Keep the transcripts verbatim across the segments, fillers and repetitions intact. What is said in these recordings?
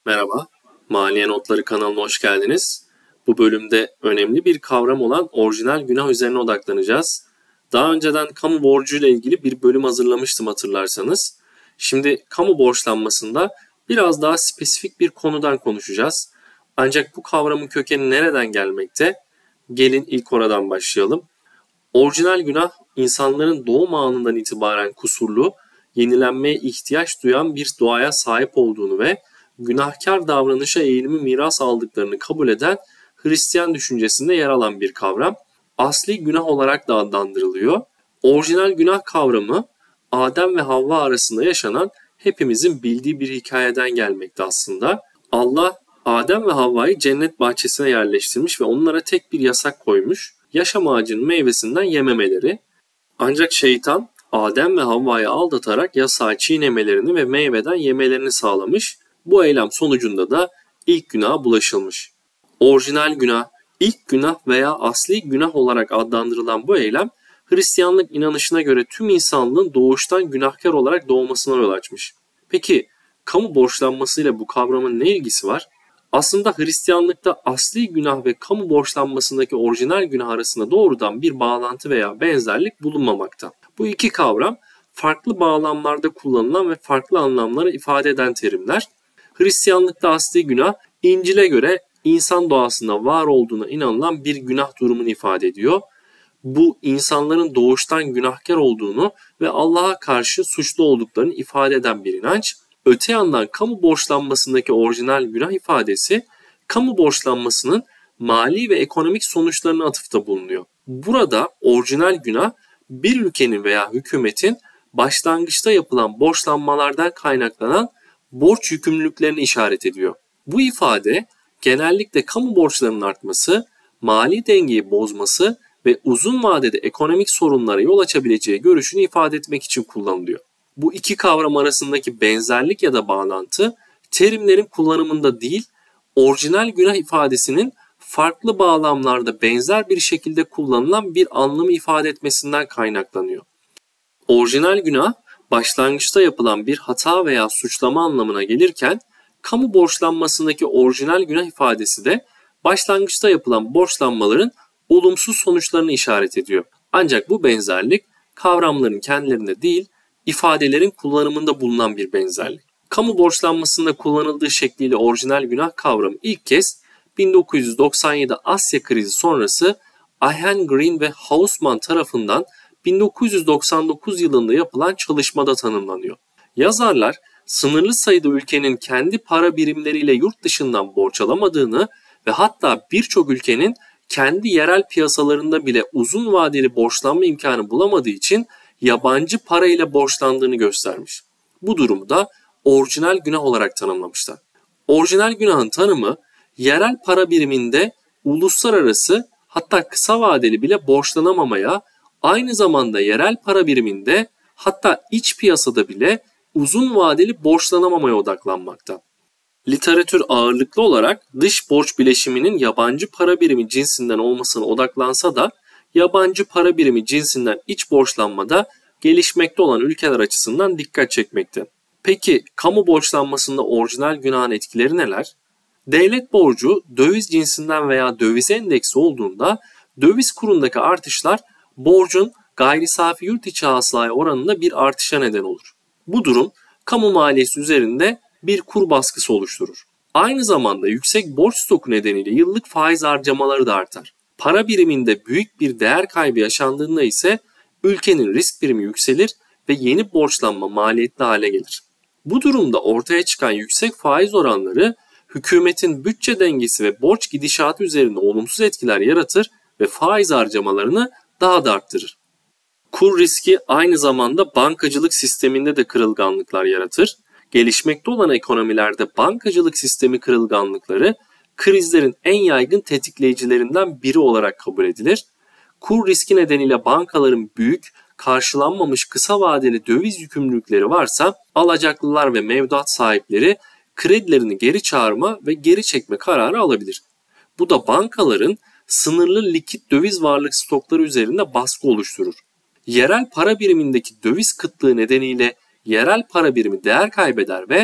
Merhaba, Maliye Notları kanalına hoş geldiniz. Bu bölümde önemli bir kavram olan orijinal günah üzerine odaklanacağız. Daha önceden kamu borcuyla ilgili bir bölüm hazırlamıştım hatırlarsanız. Şimdi kamu borçlanmasında biraz daha spesifik bir konudan konuşacağız. Ancak bu kavramın kökeni nereden gelmekte? Gelin ilk oradan başlayalım. Orijinal günah, insanların doğum anından itibaren kusurlu, yenilenmeye ihtiyaç duyan bir doğaya sahip olduğunu ve günahkar davranışa eğilimi miras aldıklarını kabul eden Hristiyan düşüncesinde yer alan bir kavram. Asli günah olarak da adlandırılıyor. Orijinal günah kavramı Adem ve Havva arasında yaşanan hepimizin bildiği bir hikayeden gelmekte aslında. Allah Adem ve Havva'yı cennet bahçesine yerleştirmiş ve onlara tek bir yasak koymuş. Yaşam ağacının meyvesinden yememeleri. Ancak şeytan Adem ve Havva'yı aldatarak yasağı çiğnemelerini ve meyveden yemelerini sağlamış. Bu eylem sonucunda da ilk günaha bulaşılmış. Orijinal günah, ilk günah veya asli günah olarak adlandırılan bu eylem Hristiyanlık inanışına göre tüm insanlığın doğuştan günahkar olarak doğmasına yol açmış. Peki kamu borçlanmasıyla bu kavramın ne ilgisi var? Aslında Hristiyanlıkta asli günah ve kamu borçlanmasındaki orijinal günah arasında doğrudan bir bağlantı veya benzerlik bulunmamakta. Bu iki kavram farklı bağlamlarda kullanılan ve farklı anlamları ifade eden terimler. Hristiyanlıkta asli günah, İncil'e göre insan doğasında var olduğuna inanılan bir günah durumunu ifade ediyor. Bu insanların doğuştan günahkar olduğunu ve Allah'a karşı suçlu olduklarını ifade eden bir inanç. Öte yandan kamu borçlanmasındaki orijinal günah ifadesi, kamu borçlanmasının mali ve ekonomik sonuçlarına atıfta bulunuyor. Burada orijinal günah bir ülkenin veya hükümetin başlangıçta yapılan borçlanmalardan kaynaklanan borç yükümlülüklerini işaret ediyor. Bu ifade genellikle kamu borçlarının artması, mali dengeyi bozması ve uzun vadede ekonomik sorunlara yol açabileceği görüşünü ifade etmek için kullanılıyor. Bu iki kavram arasındaki benzerlik ya da bağlantı terimlerin kullanımında değil, orijinal günah ifadesinin farklı bağlamlarda benzer bir şekilde kullanılan bir anlamı ifade etmesinden kaynaklanıyor. Orijinal günah başlangıçta yapılan bir hata veya suçlama anlamına gelirken kamu borçlanmasındaki orijinal günah ifadesi de başlangıçta yapılan borçlanmaların olumsuz sonuçlarını işaret ediyor. Ancak bu benzerlik kavramların kendilerinde değil, ifadelerin kullanımında bulunan bir benzerlik. Kamu borçlanmasında kullanıldığı şekliyle orijinal günah kavramı ilk kez bin dokuz yüz doksan yedi Asya krizi sonrası Ahen Green ve Hausman tarafından bin dokuz yüz doksan dokuz yılında yapılan çalışmada tanımlanıyor. Yazarlar sınırlı sayıda ülkenin kendi para birimleriyle yurt dışından borç alamadığını ve hatta birçok ülkenin kendi yerel piyasalarında bile uzun vadeli borçlanma imkanı bulamadığı için yabancı para ile borçlandığını göstermiş. Bu durumu da orijinal günah olarak tanımlamışlar. Orijinal günahın tanımı yerel para biriminde uluslararası hatta kısa vadeli bile borçlanamamaya, aynı zamanda yerel para biriminde hatta iç piyasada bile uzun vadeli borçlanamamaya odaklanmakta. Literatür ağırlıklı olarak dış borç bileşiminin yabancı para birimi cinsinden olmasına odaklansa da yabancı para birimi cinsinden iç borçlanmada gelişmekte olan ülkeler açısından dikkat çekmekte. Peki kamu borçlanmasında orijinal günahın etkileri neler? Devlet borcu döviz cinsinden veya döviz endeksi olduğunda döviz kurundaki artışlar borcun gayri safi yurt içi hasılaya oranında bir artışa neden olur. Bu durum kamu maliyesi üzerinde bir kur baskısı oluşturur. Aynı zamanda yüksek borç stoku nedeniyle yıllık faiz harcamaları da artar. Para biriminde büyük bir değer kaybı yaşandığında ise ülkenin risk primi yükselir ve yeni borçlanma maliyetli hale gelir. Bu durumda ortaya çıkan yüksek faiz oranları hükümetin bütçe dengesi ve borç gidişatı üzerinde olumsuz etkiler yaratır ve faiz harcamalarını daha da arttırır. Kur riski aynı zamanda bankacılık sisteminde de kırılganlıklar yaratır. Gelişmekte olan ekonomilerde bankacılık sistemi kırılganlıkları krizlerin en yaygın tetikleyicilerinden biri olarak kabul edilir. Kur riski nedeniyle bankaların büyük, karşılanmamış kısa vadeli döviz yükümlülükleri varsa alacaklılar ve mevduat sahipleri kredilerini geri çağırma ve geri çekme kararı alabilir. Bu da bankaların sınırlı likit döviz varlık stokları üzerinde baskı oluşturur. Yerel para birimindeki döviz kıtlığı nedeniyle yerel para birimi değer kaybeder ve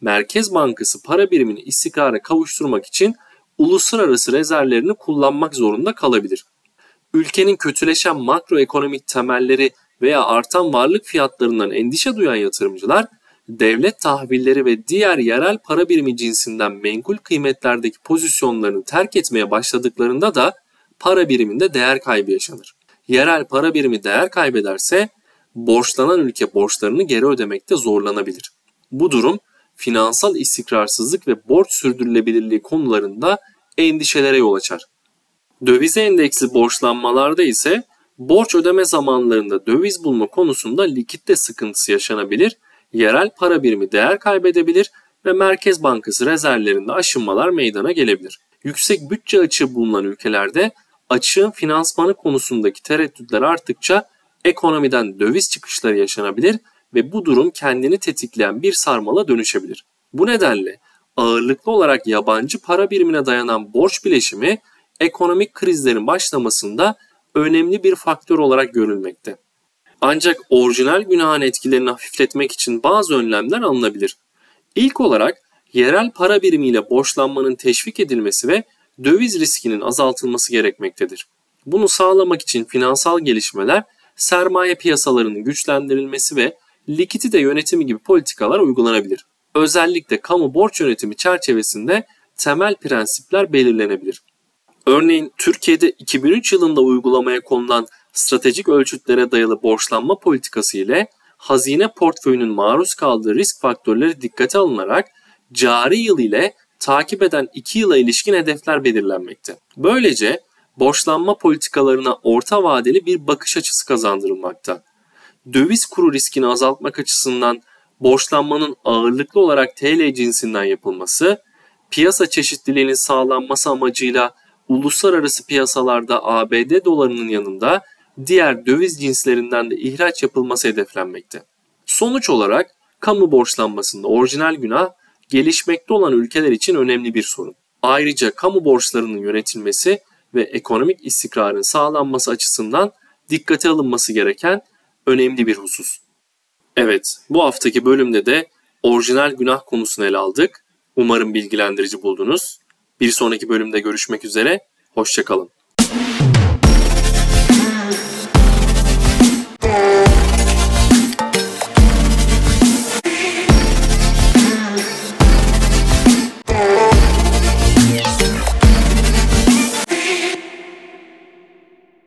Merkez Bankası para birimini istikrara kavuşturmak için uluslararası rezervlerini kullanmak zorunda kalabilir. Ülkenin kötüleşen makroekonomik temelleri veya artan varlık fiyatlarından endişe duyan yatırımcılar, devlet tahvilleri ve diğer yerel para birimi cinsinden menkul kıymetlerdeki pozisyonlarını terk etmeye başladıklarında da para biriminde değer kaybı yaşanır. Yerel para birimi değer kaybederse borçlanan ülke borçlarını geri ödemekte zorlanabilir. Bu durum finansal istikrarsızlık ve borç sürdürülebilirliği konularında endişelere yol açar. Dövize endeksli borçlanmalarda ise borç ödeme zamanlarında döviz bulma konusunda likitte sıkıntısı yaşanabilir, yerel para birimi değer kaybedebilir ve Merkez Bankası rezervlerinde aşınmalar meydana gelebilir. Yüksek bütçe açığı bulunan ülkelerde açığın finansmanı konusundaki tereddütler arttıkça ekonomiden döviz çıkışları yaşanabilir ve bu durum kendini tetikleyen bir sarmala dönüşebilir. Bu nedenle ağırlıklı olarak yabancı para birimine dayanan borç bileşimi ekonomik krizlerin başlamasında önemli bir faktör olarak görülmekte. Ancak orijinal günahın etkilerini hafifletmek için bazı önlemler alınabilir. İlk olarak yerel para birimiyle borçlanmanın teşvik edilmesi ve döviz riskinin azaltılması gerekmektedir. Bunu sağlamak için finansal gelişmeler, sermaye piyasalarının güçlendirilmesi ve likidite yönetimi gibi politikalar uygulanabilir. Özellikle kamu borç yönetimi çerçevesinde temel prensipler belirlenebilir. Örneğin Türkiye'de iki bin üç yılında uygulamaya konulan stratejik ölçütlere dayalı borçlanma politikası ile hazine portföyünün maruz kaldığı risk faktörleri dikkate alınarak cari yıl ile takip eden iki yıla ilişkin hedefler belirlenmekte. Böylece borçlanma politikalarına orta vadeli bir bakış açısı kazandırılmakta. Döviz kuru riskini azaltmak açısından borçlanmanın ağırlıklı olarak T L cinsinden yapılması, piyasa çeşitliliğinin sağlanması amacıyla uluslararası piyasalarda A B D dolarının yanında diğer döviz cinslerinden de ihraç yapılması hedeflenmekte. Sonuç olarak kamu borçlanmasında orijinal günah gelişmekte olan ülkeler için önemli bir sorun. Ayrıca kamu borçlarının yönetilmesi ve ekonomik istikrarın sağlanması açısından dikkate alınması gereken önemli bir husus. Evet, bu haftaki bölümde de orijinal günah konusunu ele aldık. Umarım bilgilendirici buldunuz. Bir sonraki bölümde görüşmek üzere, hoşça kalın.